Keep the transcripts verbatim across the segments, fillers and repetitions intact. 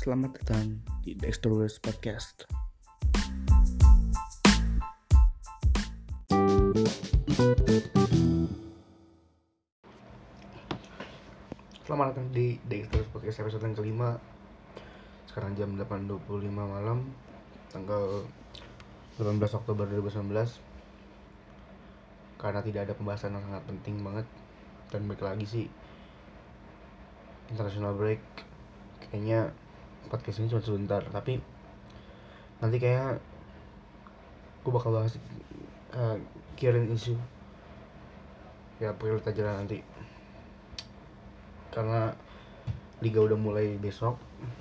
Selamat datang di Dexterous Podcast. Selamat datang di Dexterous Podcast episode yang kelima. Sekarang jam delapan dua puluh lima malam, tanggal delapan belas Oktober dua ribu sembilan belas. Karena tidak ada pembahasan yang sangat penting banget, dan balik lagi sih international break, kayaknya podcast ini cuma sebentar, tapi nanti kayaknya gue bakal bahas uh, current issue ya, prioritas aja lah nanti, karena liga udah mulai besok.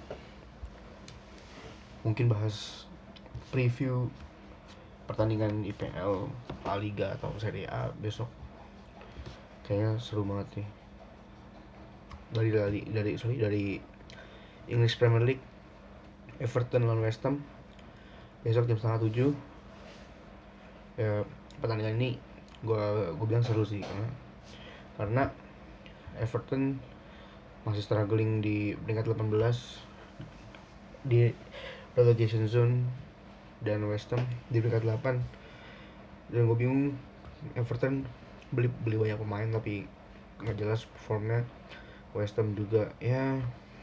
Mungkin bahas preview pertandingan I P L, La Liga atau Serie A besok, kayaknya seru banget nih. Dari dari dari sorry dari English Premier League, Everton lawan West Ham besok jam setengah tujuh. Ya, pertandingan ini gue gue bilang seru sih, karena karena Everton masih struggling di peringkat delapan belas di relegation zone, dan West Ham di peringkat delapan. Dan gue bingung, Everton beli beli banyak pemain tapi nggak jelas performnya. West Ham juga ya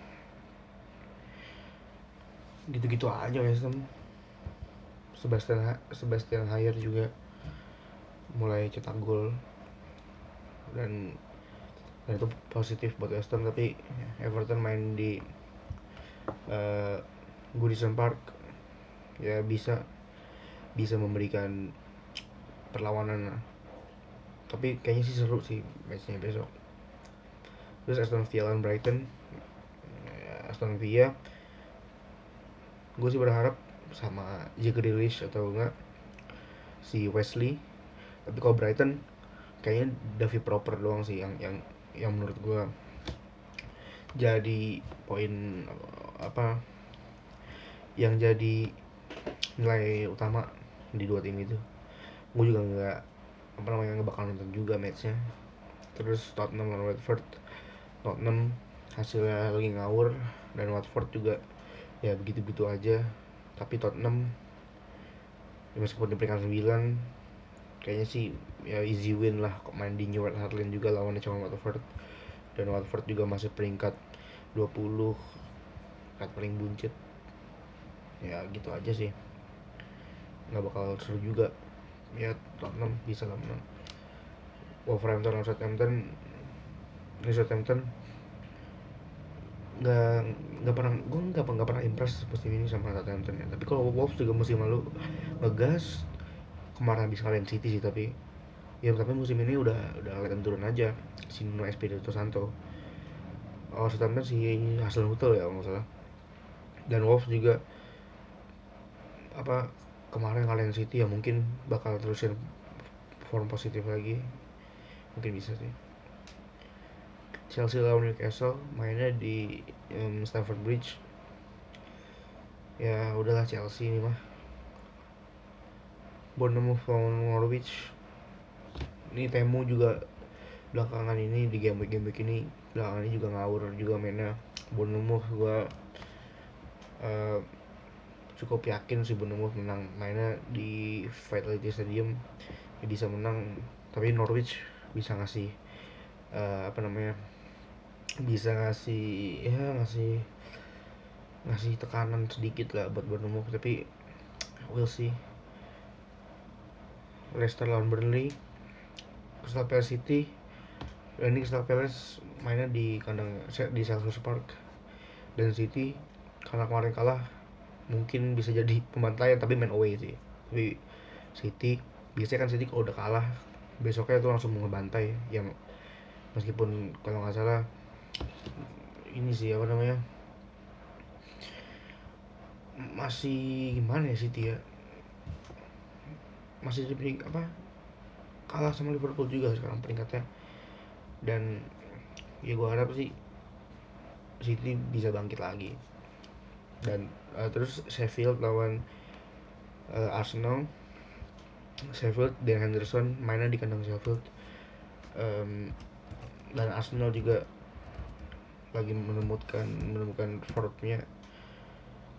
gitu-gitu aja. West Ham, Sebastian Sebastian Haller juga mulai cetak gol, dan, dan itu positif buat West Ham. Tapi Everton main di uh, Goodison Park ya, bisa bisa memberikan perlawanan, tapi kayaknya sih seru sih matchnya besok. Terus Aston Villa lawan Brighton. ya, Aston Villa gue sih berharap sama Jack Grealish atau enggak si Wesley, tapi kalau Brighton kayaknya David Proper doang sih yang yang yang menurut gue jadi poin apa yang jadi nilai utama di dua tim itu. Gue juga nggak apa namanya nggak bakal nonton juga matchnya. Terus Tottenham lawan Watford. Tottenham hasilnya lagi ngawur, dan Watford juga ya begitu-begitu aja. Tapi Tottenham ya, meskipun di peringkat sembilan, kayaknya sih ya easy win lah. Kok main di New World Heartland juga lawannya cuma Watford, dan Watford juga masih peringkat dua puluh, peringkat paling buncit. Ya gitu aja sih, nggak bakal seru juga ya. Tottenham bisa lah menang. Wolverhampton lawan Southampton. Ini Southampton nggak nggak pernah gue nggak nggak pernah impress musim ini sama Southampton ya. Tapi kalau Wolves juga musim lalu ngegas, kemarin habis kalian City sih, tapi ya tapi musim ini udah udah kelihatan turun aja si Nuno Espirito Santo. Oh, Southampton si Hasenhuttl ya kalau nggak salah. Dan Wolves juga apa kemarin kalian City ya, mungkin bakal terusin form positif lagi, mungkin bisa sih. Chelsea lawan Newcastle mainnya di um, Stamford Bridge. Ya udahlah Chelsea ini mah. Bournemouth lawan Norwich. Ini Temu juga belakangan ini di game week game week ini belakangan ini juga ngawur juga mainnya. Bournemouth gua uh, cukup yakin sih Bournemouth menang. Mainnya di Vitality Stadium ya bisa menang, tapi Norwich bisa ngasih uh, apa namanya bisa ngasih ya ngasih ngasih tekanan sedikit lah buat Bournemouth, tapi we'll see. Leicester lawan Burnley. Crystal Palace City. Dan ini Crystal Palace mainnya di kandang di Selhurst Park, dan City karena kemarin kalah mungkin bisa jadi pembantaian, tapi main away sih. Tapi City biasanya kan City kalau udah kalah besoknya tuh langsung ngebantai, yang meskipun kalau nggak salah ini sih apa namanya masih gimana ya City ya, masih di peringkat apa kalah sama Liverpool juga sekarang peringkatnya. Dan ya gue harap sih City bisa bangkit lagi. Dan uh, terus Sheffield lawan uh, Arsenal. Sheffield dan Henderson mainnya di kandang Sheffield, um, dan Arsenal juga lagi menemukan menemukan formnya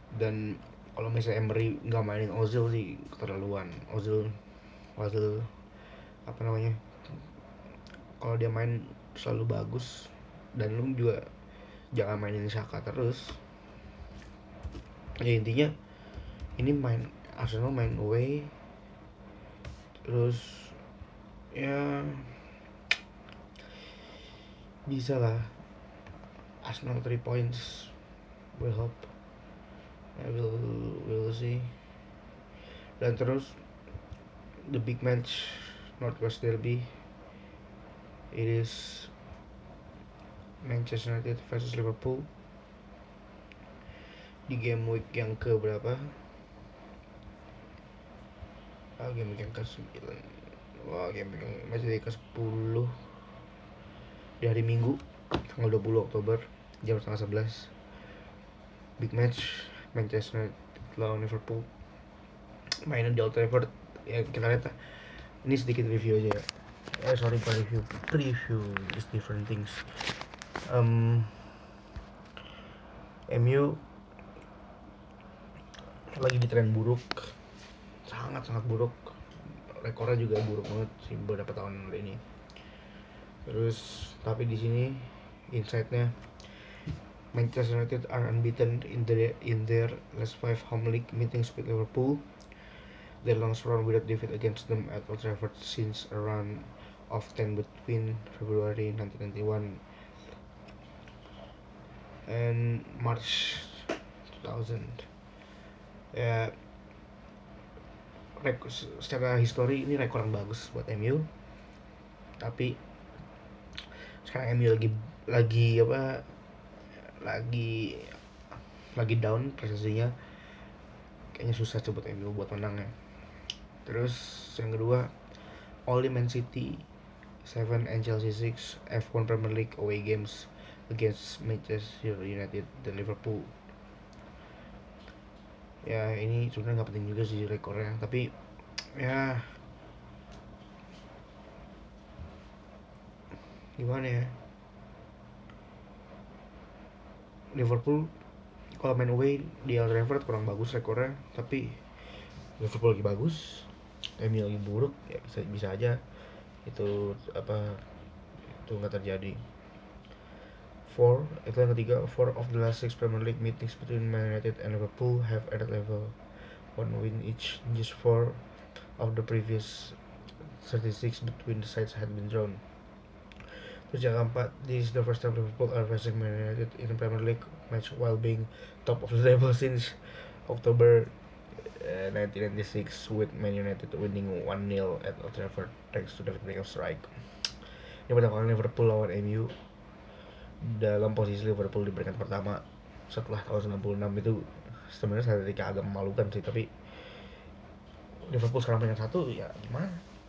Dan kalau misalnya Emery nggak mainin Ozil sih keterlaluan. Ozil Ozil apa namanya, kalau dia main selalu bagus, dan lu juga jangan mainin Saka terus. Ya intinya ini main Arsenal main away, terus ya bisa lah Arsenal three points, will hope. I will will see. Dan terus the big match, Northwest Derby, it is Manchester United versus Liverpool di game week yang ke berapa? Ah, game week yang ke sembilan. Wah, game week yang masih ke sepuluh di hari Minggu tanggal dua puluh Oktober jam setengah sebelas. Big match Manchester United lawan Liverpool, mainan di Old Trafford. Ya kita lihat lah. Ini sedikit review aja ya. Eh sorry bukan review, preview is different things. Um, M U lagi di tren buruk, sangat sangat buruk. Rekornya juga buruk banget sih beberapa tahun ini. Terus tapi di sini insight-nya, Manchester United are unbeaten in their in their last five home league meetings with Liverpool. Their longest run without defeat against them at Old Trafford since a run of ten between February nineteen ninety-one and March two thousand. Ya, rekor, secara histori ini rekor yang bagus buat M U. Tapi sekarang M U lagi lagi apa lagi lagi down prestasinya, kayaknya susah coba M U buat menangnya. Terus yang kedua, only Man City seven and Chelsea six F one Premier League away games against Manchester United dan Liverpool. Ya ini sebenarnya nggak penting juga sih rekornya, tapi ya gimana ya, Liverpool kalau main away di Old Trafford kurang bagus rekornya, tapi Liverpool lagi bagus, M U lagi buruk, ya bisa bisa aja itu apa itu nggak terjadi. Four, itu yang ketiga, four of the last six Premier League meetings between Man United and Liverpool have ended level, one win each. Just four of the previous thirty-six between the sides had been drawn. Terus yang keempat, this is the first time Liverpool are facing Man United in the Premier League match while being top of the table since October uh, nineteen ninety-six, with Man United winning one nil at Old Trafford thanks to David Beckham's strike. Ini pertama kali Liverpool lawan M U dalam posisi Liverpool di peringkat pertama setelah tahun sembilan puluh enam. Itu sebenarnya statistika agak memalukan sih, tapi Liverpool sekarang peringkat satu, ya gimana.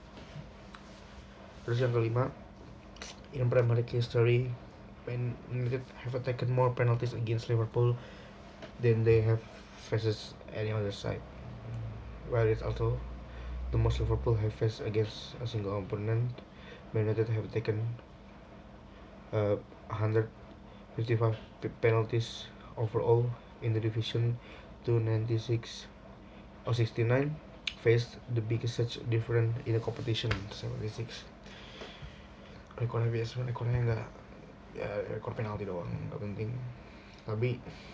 Terus yang kelima, in Premier League history, Man United have taken more penalties against Liverpool than they have faces any other side, while it's also the most Liverpool have faced against a single opponent. Man United have taken uh, one hundred fifty-five penalties overall in the division to ninety-six or sixty-nine, faced the biggest such difference in the competition, seventy-six. Rekornya biasa, rekornya enggak ya, rekor penalti doang, nggak penting. Tapi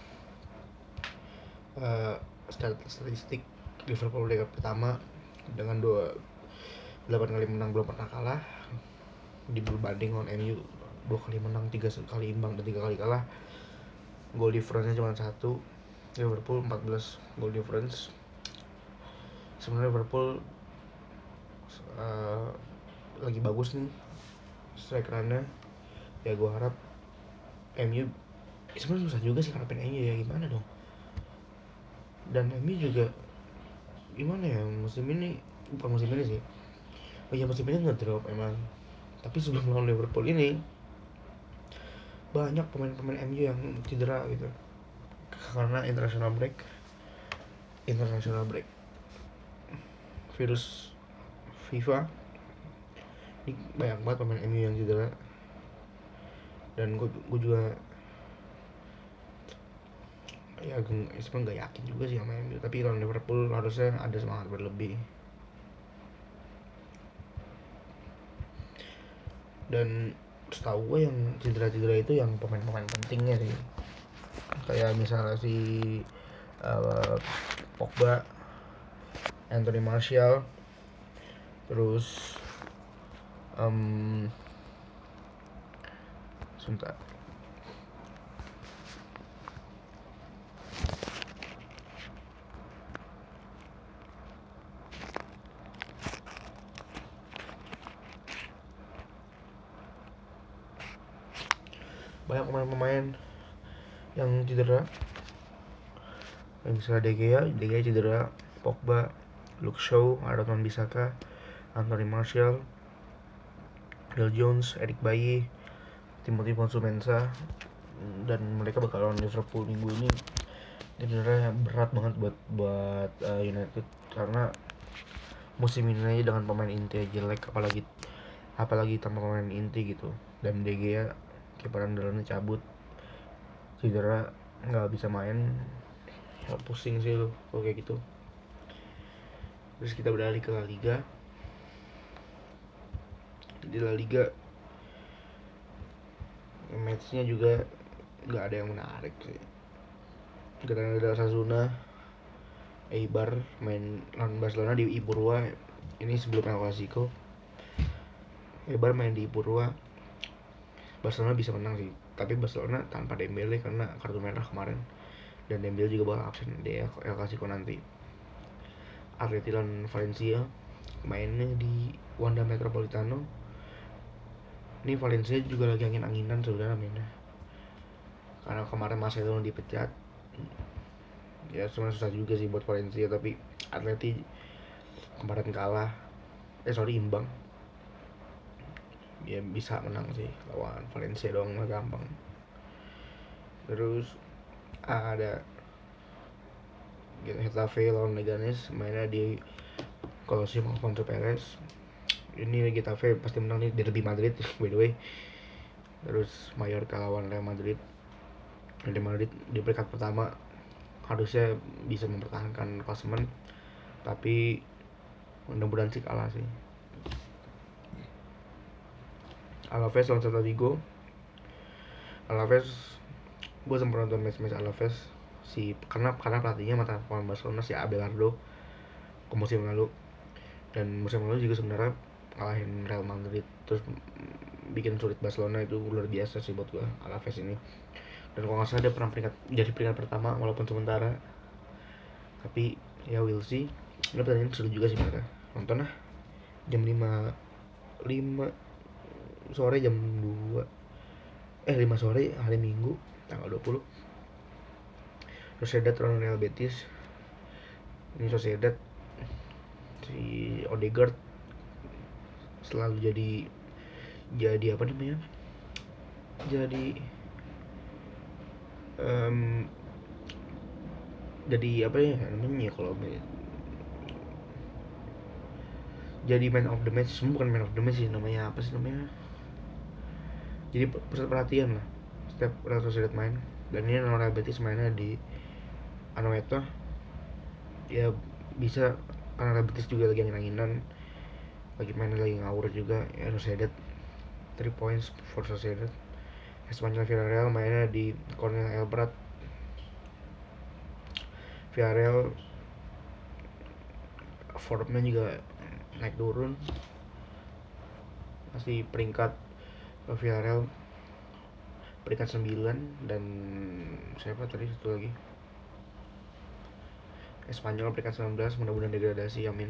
uh, statistik Liverpool di pertama dengan dua delapan kali menang belum pernah kalah, dibanding on M U dua kali menang, tiga kali imbang, dan tiga kali kalah. Goal difference-nya cuma satu, Liverpool empat belas goal difference. Sebenarnya Liverpool uh, lagi bagus nih strike run-nya. Ya gue harap M U, sebenarnya susah juga sih ngarepin M U ya, gimana dong. Dan M U juga gimana ya, musim ini, bukan musim ini sih, oh iya musim ini ngedrop emang, tapi sebelum lawan Liverpool ini banyak pemain-pemain M U yang cedera gitu karena international break international break virus FIFA. Ini banyak banget pemain M U yang cedera, dan gue gue juga ya sebenarnya nggak yakin juga sih sama M U, tapi kalau Liverpool harusnya ada semangat berlebih. Dan setahu gue yang cedera-cedera itu yang pemain-pemain pentingnya sih, kayak misalnya si uh, Pogba, Anthony Martial, terus um, sebentar banyak pemain-pemain yang cedera, yang misalnya De Gea, De Gea cedera, Pogba, Luke Shaw, Aaron Wan-Bissaka, Anthony Martial, Phil Jones, Eric Bailly, Timothy Fosu-Mensah, dan mereka bakal lawan Liverpool minggu ini. Ini sebenarnya berat banget buat buat uh, United karena musim ini aja dengan pemain inti jelek, apalagi apalagi tanpa pemain inti gitu. Dan De Gea kiper andalannya cabut, cedera, nggak bisa main, ya pusing sih lo kalau kayak gitu. Terus kita beralih ke La Liga. Di La Liga matchnya juga nggak ada yang menarik sih. Granada Osasuna, Eibar main lawan Barcelona di Ipurua. Ini sebelum El Clasico. Eibar main di Ipurua, Barcelona bisa menang sih, tapi Barcelona tanpa Dembele karena kartu merah kemarin, dan Dembele juga bakal absen di El Clasico nanti. Atleti lawan Valencia mainnya di Wanda Metropolitano. Ini Valencia juga lagi angin-anginan sebenarnya mainnya, karena kemarin Marcelo dipecat. Ya sebenarnya susah juga sih buat Valencia, tapi Atleti kemarin kalah, eh sorry imbang. Ya bisa menang sih lawan Valencia doang mah gampang. Terus ada Getafe lawan Leganes mainnya di Coliseum Alfonso Perez. Ini Getafe pasti menang nih, derby Madrid by the way. Terus Mallorca lawan Real Madrid. Real Madrid di peringkat pertama harusnya bisa mempertahankan klasemen, tapi mudah-mudahan sih kalah sih. Alaves lawan Celta Vigo. Alaves, gue sempat nonton match-match Alaves si karena karena pelatihnya mata pemain Barcelona si Abelardo ke musim lalu, dan musim lalu juga sebenarnya ngalahin Real Madrid, terus bikin sulit Barcelona. Itu luar biasa sih buat gue Alaves ini. Dan kalau nggak salah dia pernah peringkat jadi peringkat pertama walaupun sementara, tapi ya we'll see. Ini pertandingan seru juga sih mereka, nonton lah jam lima lima sore, jam dua eh lima sore hari Minggu tanggal dua puluh. Sociedad lawan Real Betis. Ini Sociedad si Odegaard selalu jadi jadi apa namanya jadi um, jadi apa ya namanya kalau jadi man of the match. Semua bukan man of the match sih, namanya apa sih namanya, jadi pusat perhatian lah setiap Real Sociedad main. Dan ini Real Betis mainnya di Anoeta, ya bisa karena Real Betis juga lagi angin-anginan, lagi mainnya lagi ngawur juga. Ya Sociedad three points for Sociedad. Espanyol Villarreal mainnya di Cornell El Prat. Villarreal formnya juga naik turun, masih peringkat Villarreal peringkat sembilan, dan siapa tadi satu lagi Espanyol peringkat sembilan belas, mudah-mudahan degradasi, amin.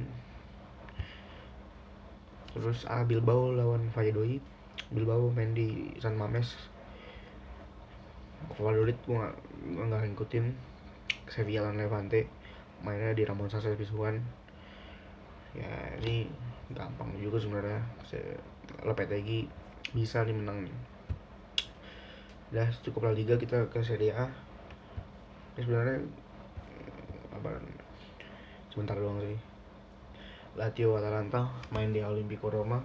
Terus ah Bilbao lawan Valladolid. Bilbao main di San Mames. Valladolid gua nggak ngikutin. Sevilla lawan Levante mainnya di Ramon Sánchez Pizjuan. Ya ini gampang juga sebenarnya, Lopetegui bisa nih menang nih. Udah cukup La Liga, kita ke Serie A. Ini sebenarnya apa sebentar doang sih. Lazio Atalanta main di Olimpico Roma.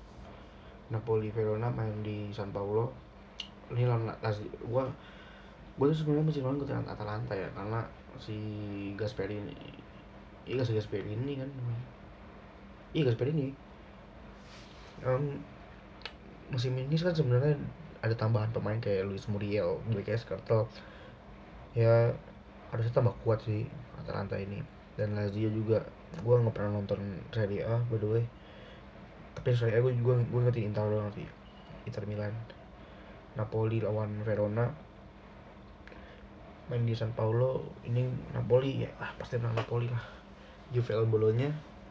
Napoli Verona main di San Paolo. Ini lawan Lazio, gua gue tuh sebenarnya masih mau ngikutin Atalanta ya, karena si Gasperini, iya gak si Gasperini kan, iya Gasperini. Um, musim ini kan sebenarnya ada tambahan pemain kayak Luis Muriel, Black Skrtel, ya harusnya tambah kuat sih Atalanta ini. Dan Lazio juga, gue nggak pernah nonton Serie A by the way, tapi Serie A gue juga gue ngerti Inter doang sih, Inter Milan. Napoli lawan Verona, main di San Paulo. Ini Napoli ya, ah pasti menang Napoli lah. Juve Bologna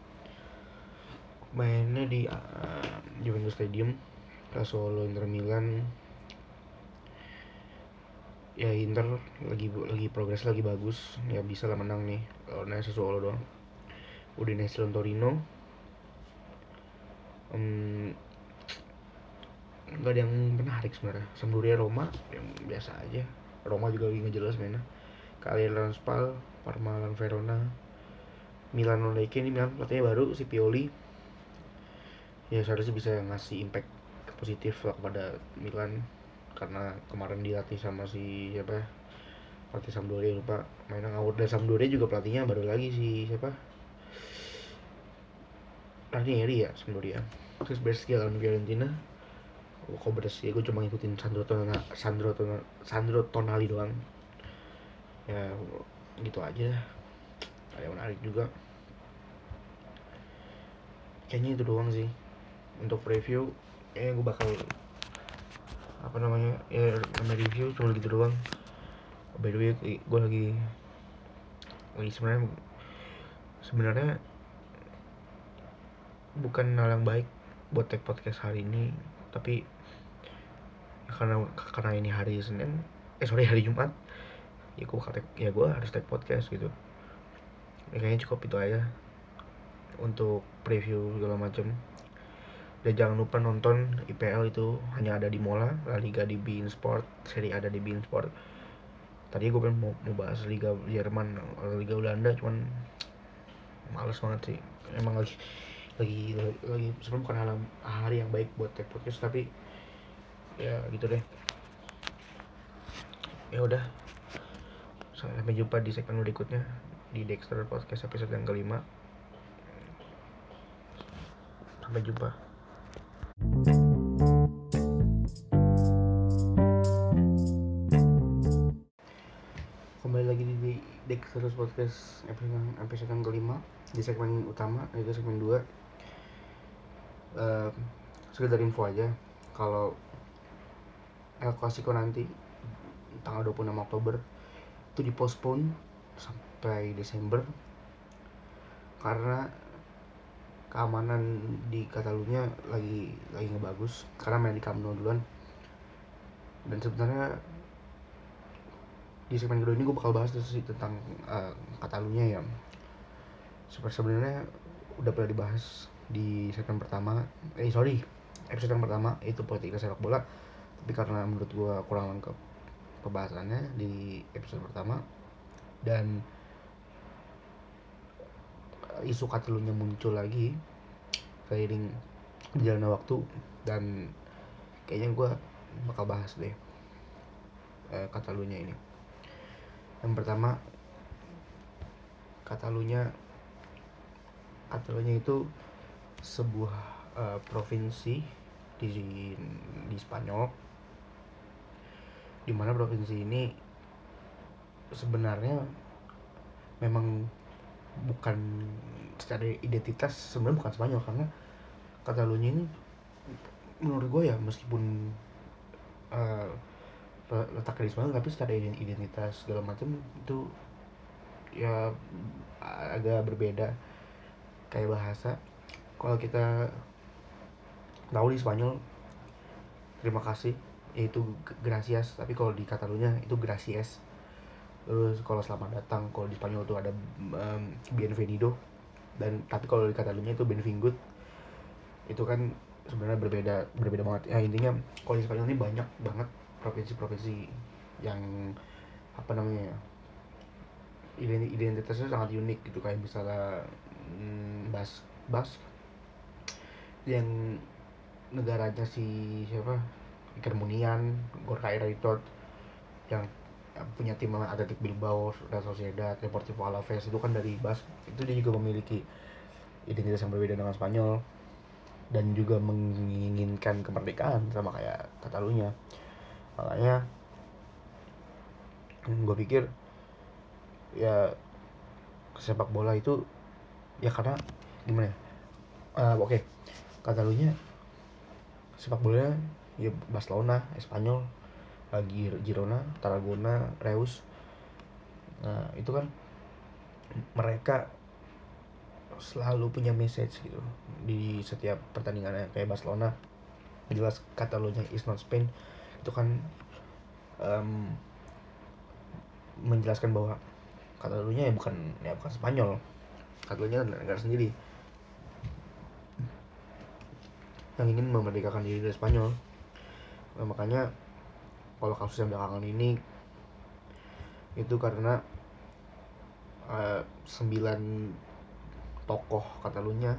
mainnya di uh, Juventus Stadium. Sassuolo Inter Milan, ya Inter lagi lagi progres lagi bagus, ya bisa lah menang nih lawan Sassuolo doang. Udinese lawan Torino, um, nggak ada yang menarik sebenarnya. Sampdoria Roma yang biasa aja, Roma juga lagi nggak jelas mainnya. Cagliari lawan Spal, Parma lawan Verona, Milan lawan Lecce. Ini Milan pelatihnya baru si Pioli, ya seharusnya bisa ngasih impact positif lah kepada Milan, karena kemarin dilatih sama si siapa, pelatih Sampdoria lupa mainnya ngawur. Dan Sampdoria juga pelatihnya baru lagi si siapa, Ranieri ya Sampdoria. Terus Brescia lawan Fiorentina, oh, kok Brescia gue cuma ngikutin Sandro Tonali, Sandro Tonali, Sandro Tonali doang ya, gitu aja. Ada yang menarik juga, kayaknya itu doang sih untuk preview. Kayaknya gue bakal apa namanya ya, nama review cuma gitu doang. By the way gue lagi lagi sebenarnya sebenarnya bukan hal yang baik buat take podcast hari ini, tapi ya karena karena ini hari Senin, eh sorry hari Jumat, ya gue bakal take, ya gue harus take podcast gitu. Ya, kayaknya cukup itu aja untuk preview segala macam. Dan jangan lupa nonton I P L itu hanya ada di Mola, La Liga di beIN Sport, Serie A ada di beIN Sport. Tadi gue pengen mau, mau bahas Liga Jerman, Liga Belanda, cuman males banget sih. Emang lagi lagi lagi sebenarnya bukan hal hari yang baik buat take podcast, tapi ya gitu deh. Ya udah, sampai jumpa di segmen berikutnya di Dexter Podcast episode yang kelima. Sampai jumpa. Kembali lagi di Dexter Podcast episode, episode yang kelima di segmen utama, yaitu segmen dua. Uh, sekedar info aja, kalau El Clasico nanti tanggal dua puluh enam Oktober itu dipospon sampai Desember karena keamanan di Catalunya lagi lagi ngebagus, karena main di Camp Nou duluan. Dan sebenarnya di segmen kedua ini gue bakal bahas sih tentang uh, Catalunya ya. Sebenarnya udah pernah dibahas di segmen pertama, eh sorry episode yang pertama, itu politik sepak bola. Tapi karena menurut gue kurang lengkap pembahasannya di episode pertama, dan isu Catalunya muncul lagi seiring berjalannya waktu, dan kayaknya gue bakal bahas deh eh, Catalunya ini. Yang pertama, Catalunya Catalunya itu sebuah uh, provinsi di di Spanyol, dimana provinsi ini sebenarnya memang bukan secara identitas, sebenarnya bukan Spanyol, karena Catalunya ini menurut gue ya, meskipun uh, letaknya di Spanyol, tapi secara identitas segala macam itu ya agak berbeda. Kayak bahasa, kalau kita tahu di Spanyol terima kasih yaitu gracias, tapi kalau di Catalunya itu gracias. Terus kalau selamat datang, kalau di Spanyol tuh ada um, bienvenido, dan tapi kalau di Catalunya itu benvingut. Itu kan sebenarnya berbeda berbeda banget ya. Intinya kalau di Spanyol ini banyak banget provinsi-provinsi yang apa namanya ya, identitasnya sangat unik gitu. Kayak misalnya hmm, Bas Bas yang negaranya si siapa, Iker Munian, Gorka Iraitot, yang punya tim Athletic Bilbao, Real Sociedad, Deportivo Alaves itu kan dari Bas, itu dia juga memiliki identitas yang berbeda dengan Spanyol dan juga menginginkan kemerdekaan sama kayak Catalunya. Makanya gue pikir ya sepak bola itu ya karena gimana ya, uh, oke okay. Catalunya sepak bola ya Barcelona, Espanyol, lagi Girona, Tarragona, Reus. Nah itu kan mereka selalu punya message gitu di setiap pertandingannya. Kayak Barcelona jelas Catalunya is not Spain, itu kan um, menjelaskan bahwa Catalunya ya bukan ya bukan Spanyol, Catalunya negara sendiri yang ingin memerdekakan diri dari Spanyol. Nah, makanya kalau kasus yang belakangan ini itu karena uh, sembilan tokoh Catalunya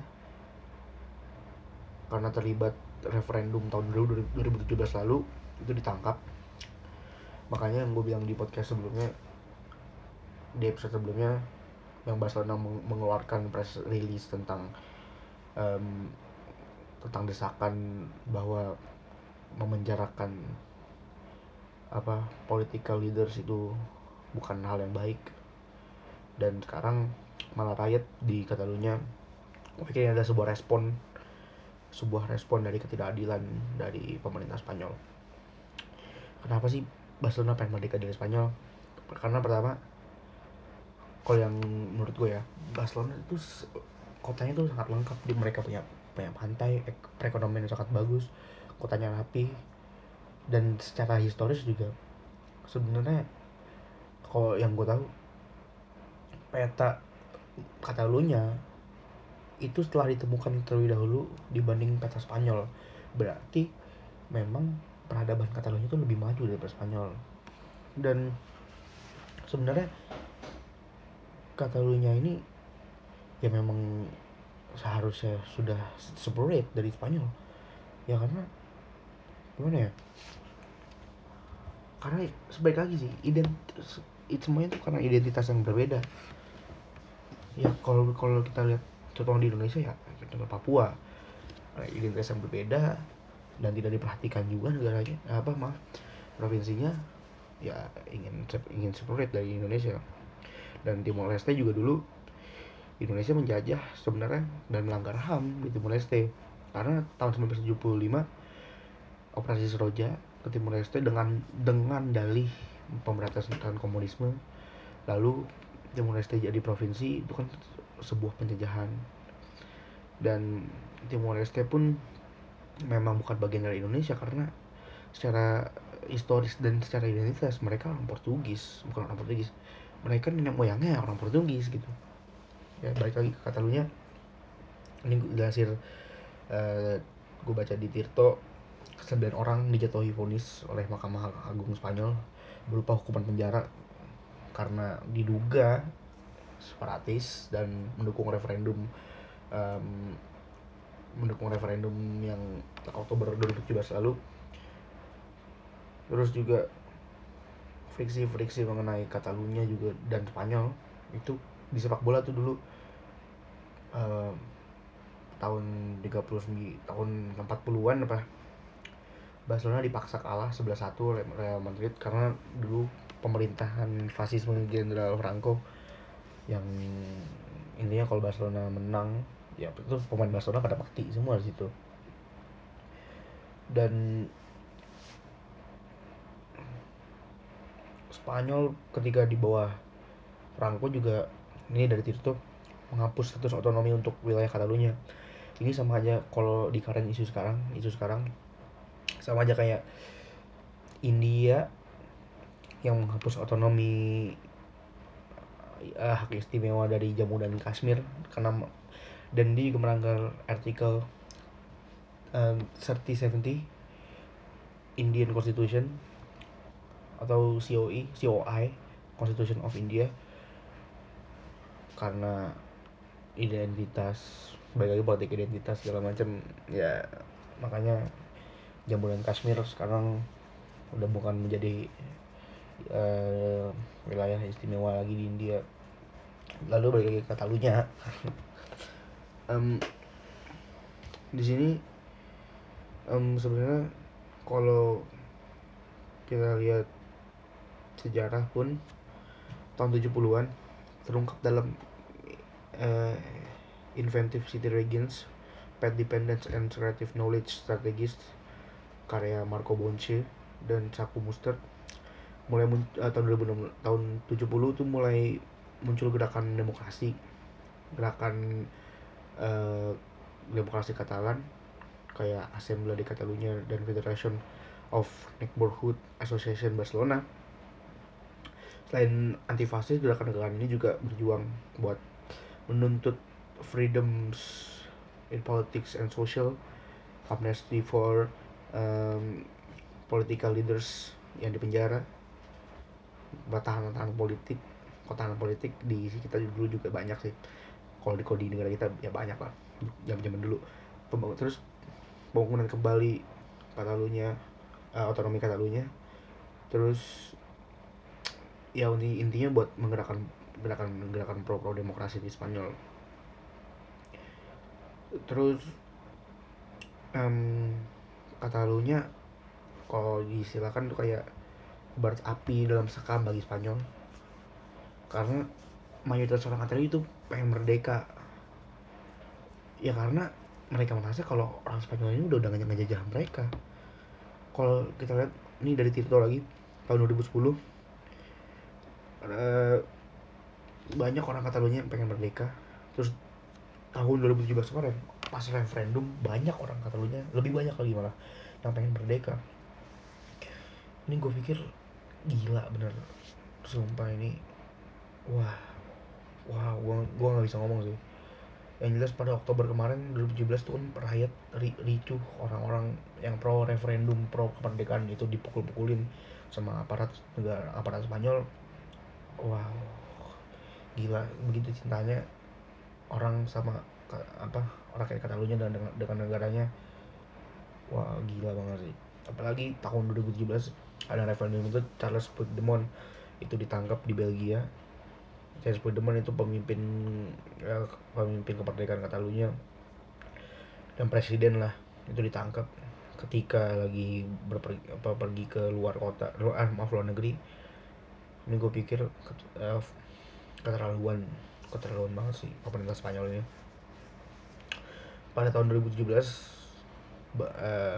karena terlibat referendum tahun dua ribu tujuh belas lalu itu ditangkap. Makanya yang gue bilang di podcast sebelumnya, di episode sebelumnya, yang Barcelona mengeluarkan press release tentang um, tentang desakan bahwa memenjarakan apa political leaders itu bukan hal yang baik. Dan sekarang malah riot di Catalunya. Mungkin ada sebuah respon sebuah respon dari ketidakadilan dari pemerintah Spanyol. Kenapa sih Barcelona pengen merdeka dari Spanyol? Karena pertama, kalau yang menurut gue ya, Barcelona itu kotanya tuh sangat lengkap. Di mereka punya punya pantai, perekonomian yang sangat bagus, kotanya rapi, dan secara historis juga sebenarnya kalau yang gue tahu peta Catalunya itu setelah ditemukan terlebih dahulu dibanding peta Spanyol. Berarti memang peradaban Catalunya itu lebih maju daripada Spanyol. Dan sebenarnya Catalunya ini ya memang seharusnya sudah separate dari Spanyol. Ya karena gimana ya? Karena sebaik lagi sih identitas itu semuanya itu karena identitas yang berbeda. Ya kalau kalau kita lihat contoh di Indonesia ya contoh Papua, identitas yang berbeda dan tidak diperhatikan juga negaranya, apa maaf provinsinya ya ingin ingin separate dari Indonesia. Dan Timor Leste juga dulu Indonesia menjajah sebenarnya dan melanggar H A M di Timor Leste, karena tahun seribu sembilan ratus tujuh puluh lima operasi Seroja ke Timor Leste dengan dengan dalih pemberantasan komunisme, lalu Timor Leste jadi provinsi, itu kan sebuah penjajahan. Dan Timor Leste pun memang bukan bagian dari Indonesia karena secara historis dan secara identitas mereka orang Portugis, bukan orang Portugis, mereka nenek moyangnya orang Portugis gitu. Ya balik lagi ke Catalunya, ini gue dilansir uh, gue baca di Tirto, sembilan orang dijatuhi vonis oleh Mahkamah Agung Spanyol berupa hukuman penjara karena diduga separatis dan mendukung referendum um, mendukung referendum yang Oktober dua ribu tujuh belas lalu. Terus juga friksi-friksi mengenai Catalunya juga dan Spanyol itu di sepak bola tuh dulu um, tahun tiga puluh sembilan tahun empat puluhan apa Barcelona dipaksa kalah sebelas satu oleh Real Madrid karena dulu pemerintahan fasisme Jenderal Franco yang intinya kalau Barcelona menang ya itu pemain Barcelona pada mati semua di situ. Dan Spanyol ketika di bawah Franco juga, ini dari Tirto, menghapus status otonomi untuk wilayah Catalunya. Ini sama aja kalau di current isu sekarang, isu sekarang sama aja kayak India yang menghapus otonomi uh, hak istimewa dari Jammu dan Kashmir karena dan dia juga melanggar artikel um, tiga ratus tujuh puluh Indian Constitution atau C O I, C O I Constitution of India karena identitas, baik lagi politik identitas segala macam ya. Makanya Jammu dan Kashmir sekarang udah bukan menjadi uh, wilayah istimewa lagi di India. Lalu balik lagi ke Katalunya. um, di sini um, sebenarnya kalau kita lihat sejarah pun tahun tujuh puluhan terungkap dalam uh, Inventive City Regions, Pet Dependence and Creative Knowledge Strategies karya Marco Bonce dan Saku Mustard. Mulai mun- uh, tahun dua ribu enam belas, tahun tujuh puluh tuh mulai muncul gerakan demokrasi, gerakan uh, demokrasi Katalan kayak Assemblea de Catalunya dan Federation of Neighborhood Association Barcelona. Selain antifasis, gerakan-gerakan ini juga berjuang buat menuntut freedoms in politics and social, amnesty for um, political leaders yang dipenjara, tahanan-tahanan politik, tahanan politik di kita dulu juga banyak sih. Kalau di, di negara kita ya banyak lah, zaman-zaman dulu. Terus pembangunan kembali Katalunya, uh, otonomi Katalunya. Terus ya intinya buat menggerakkan gerakan gerakan pro pro demokrasi di Spanyol. Terus um, Katalunya kalau disilakan tuh kayak barat api dalam sekam bagi Spanyol, karena mayoritas orang Katalunya itu pengen merdeka ya, karena mereka merasa kalau orang Spanyol ini udah udah nggak ngejajah mereka. Kalau kita lihat ini dari Tito lagi tahun dua ribu sepuluh, uh, banyak orang Katalunya yang pengen merdeka. Terus tahun dua ribu tujuh belas kemarin pas referendum, banyak orang Katalunya, lebih banyak lagi malah, yang pengen merdeka. Ini gue pikir gila bener, sumpah ini wah wah gue gue nggak bisa ngomong sih. Yang jelas pada Oktober kemarin dua ribu tujuh belas tuh kan riot ricuh, orang-orang yang pro referendum, pro kemerdekaan itu dipukul-pukulin sama aparat negara, aparat Spanyol. Wow, gila begitu cintanya orang sama apa orang kayak Katalunya dan dengan, dengan negaranya. Wah gila banget sih. Apalagi tahun dua ribu tujuh belas ada referendum itu, Charles Puigdemont itu ditangkap di Belgia. Charles Puigdemont itu pemimpin ya, pemimpin kemerdekaan Katalunya dan presiden lah, itu ditangkap ketika lagi berpergi apa pergi ke luar kota, luar maaf luar negeri. Ini gue pikir uh, keterlaluan keterlaluan banget sih pemerintah Spanyol ini. Pada tahun dua ribu tujuh belas uh,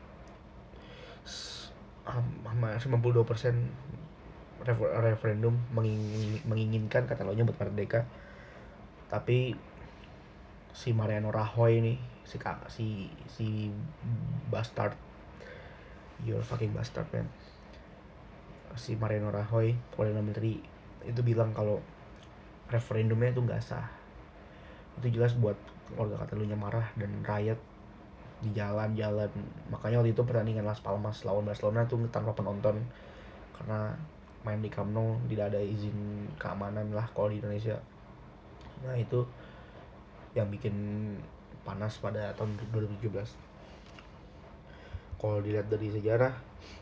sembilan puluh dua persen referendum menginginkan Catalonia buat merdeka. Tapi si Mariano Rajoy nih, si si si bastard, you're fucking bastard man, si Mariano Rajoy, Perdana Menteri itu bilang kalau referendumnya itu nggak sah. Itu jelas buat warga Catalunya marah dan riot di jalan-jalan. Makanya waktu itu pertandingan Las Palmas lawan Barcelona tuh tanpa penonton karena main di Camp Nou, tidak ada izin keamanan lah kalau di Indonesia. Nah itu yang bikin panas pada tahun dua ribu tujuh belas. Kalau dilihat dari sejarah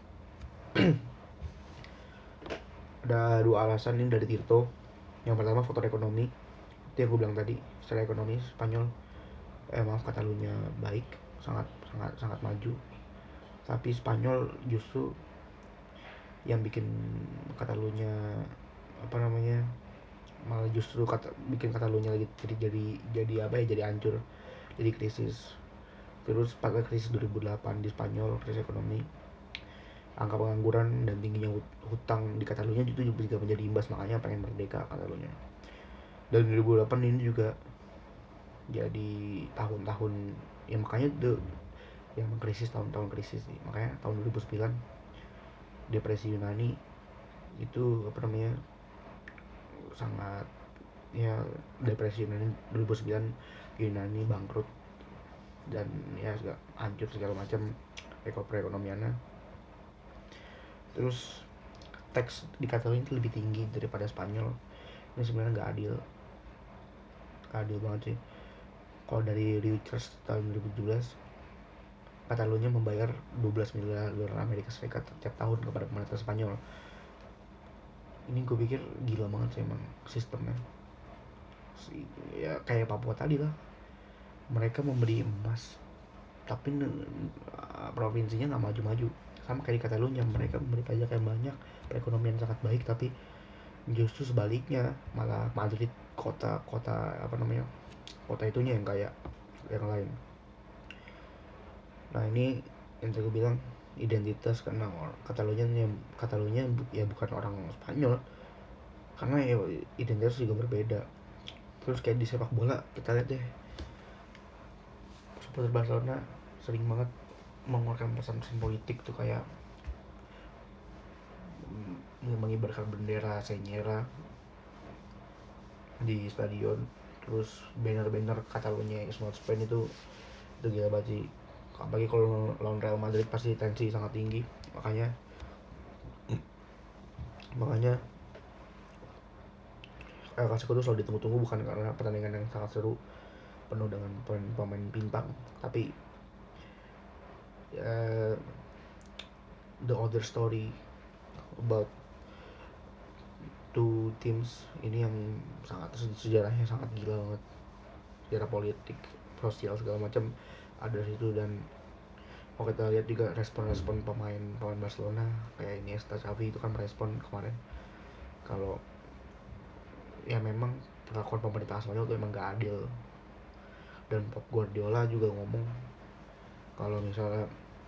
ada dua alasan ini dari Tirto. Yang pertama faktor ekonomi, itu yang gue bilang tadi, secara ekonomi Spanyol eh maaf Katalunya baik, sangat sangat sangat maju. Tapi Spanyol justru yang bikin Katalunya apa namanya malah justru kata bikin Katalunya lagi jadi jadi jadi apa ya jadi hancur, jadi krisis. Terus pada krisis dua ribu delapan di Spanyol, krisis ekonomi, angka pengangguran dan tingginya hutang di Katalunya itu juga menjadi imbas, makanya pengen merdeka Katalunya. Dan dua ribu delapan ini juga jadi tahun-tahun ya, makanya the yang krisis, tahun-tahun krisis nih. Makanya tahun dua ribu sembilan depresi Yunani itu apa namanya sangat ya, depresi Yunani dua ribu sembilan, Yunani bangkrut dan ya hancur segala macam perekonomiannya. Terus teks di Katalunya itu lebih tinggi daripada Spanyol. Ini sebenarnya nggak adil, nggak adil banget sih. Kalau dari Reuters tahun dua ribu tujuh belas, Katalunya membayar dua belas miliar dolar Amerika Serikat setiap tahun kepada pemerintah Spanyol. ini gue pikir gila banget sih emang sistemnya. Si, ya kayak Papua tadi lah, mereka memberi emas tapi uh, provinsinya nggak maju-maju. Sama kayak di Catalunya, mereka memberi pajak yang banyak, perekonomian sangat baik, tapi justru sebaliknya malah Madrid, kota kota apa namanya kota itunya yang kayak yang lain. Nah ini yang tadi gue bilang identitas, karena orang Catalunya Catalunya ya bukan orang Spanyol, karena ya identitas juga berbeda. Terus kayak di sepak bola kita lihat deh, supporter Barcelona sering banget mengeluarkan pesan-pesan politik tuh, kayak mengibarkan bendera Senyera di stadion, terus banner-banner Catalunya is not Spain itu itu gila banget sih. Apalagi kalau lawan Real Madrid pasti tensi sangat tinggi. Makanya makanya El Clasico itu selalu ditunggu-tunggu, bukan karena pertandingan yang sangat seru penuh dengan pemain bintang, tapi uh, the other story about two teams ini yang sangat sejarahnya sangat gila banget, sejarah politik, sosial segala macam ada di situ. Dan kalau kita lihat juga respon-respon pemain pemain Barcelona kayak Iniesta, Xavi itu kan merespon kemarin kalau ya memang perlakuan pemerintah Spanyol itu emang gak adil. Dan Pep Guardiola juga ngomong kalau misalnya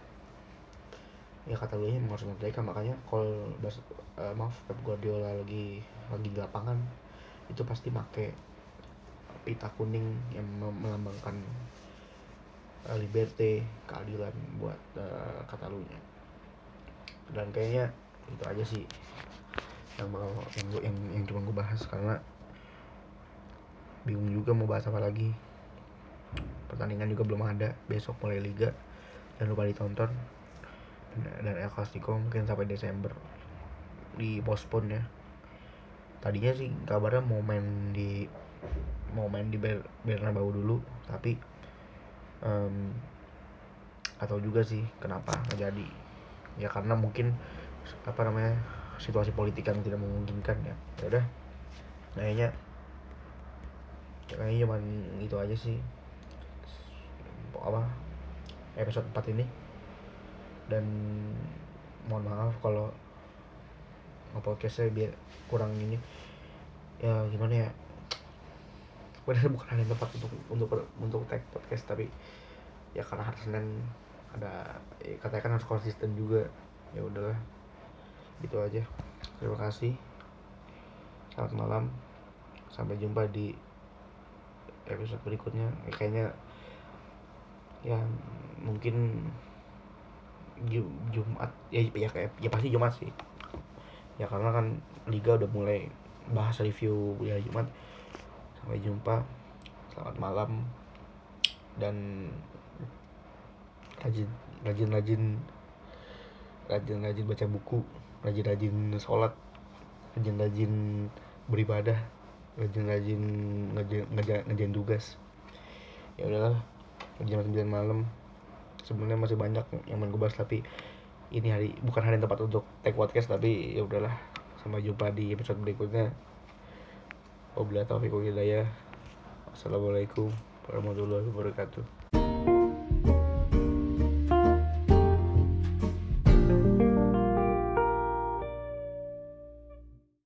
ya Catalunya emang harus merdeka. Makanya kalau uh, maaf Pep Guardiola lagi lagi di lapangan itu pasti pakai pita kuning yang melambangkan uh, liberté, keadilan buat uh, Catalunya. Dan kayaknya itu aja sih yang bakal yang yang, yang cuma gue bahas, karena bingung juga mau bahas apa lagi. Pertandingan juga belum ada, besok mulai liga, jangan lupa ditonton. Dan El Clasico mungkin sampai Desember di postpone ya. Tadinya sih kabarnya mau main di mau main di Bernabeu dulu, tapi um, atau juga sih kenapa nggak jadi ya, karena mungkin apa namanya situasi politik yang tidak memungkinkan ya. Ya udah, kayaknya kayaknya cuman itu aja sih apa episode empat ini. Dan mohon maaf kalau nge-podcast saya biar kurang ini ya, gimana ya, padahal bukan hal yang tepat untuk untuk untuk tag podcast, tapi ya karena hari Senin ada ya, katanya kan harus konsisten juga. Ya udahlah, gitu aja. Terima kasih, selamat malam, sampai jumpa di episode berikutnya. Ya, kayaknya ya mungkin Jumat ya, ya kayak ya pasti Jumat sih ya, karena kan liga udah mulai bahas review ya Jumat. Sampai jumpa, selamat malam, dan rajin rajin rajin rajin rajin baca buku, rajin rajin sholat, rajin rajin beribadah, rajin rajin ngerjain ngerjain tugas. Ya udahlah, jam sembilan malam sebenarnya masih banyak yang mau gue bahas, tapi ini hari bukan hari yang tepat untuk take podcast. Tapi ya udahlah, sampai jumpa di episode berikutnya. Wabillahi taufiq wal hidayah. Wassalamualaikum warahmatullahi wabarakatuh.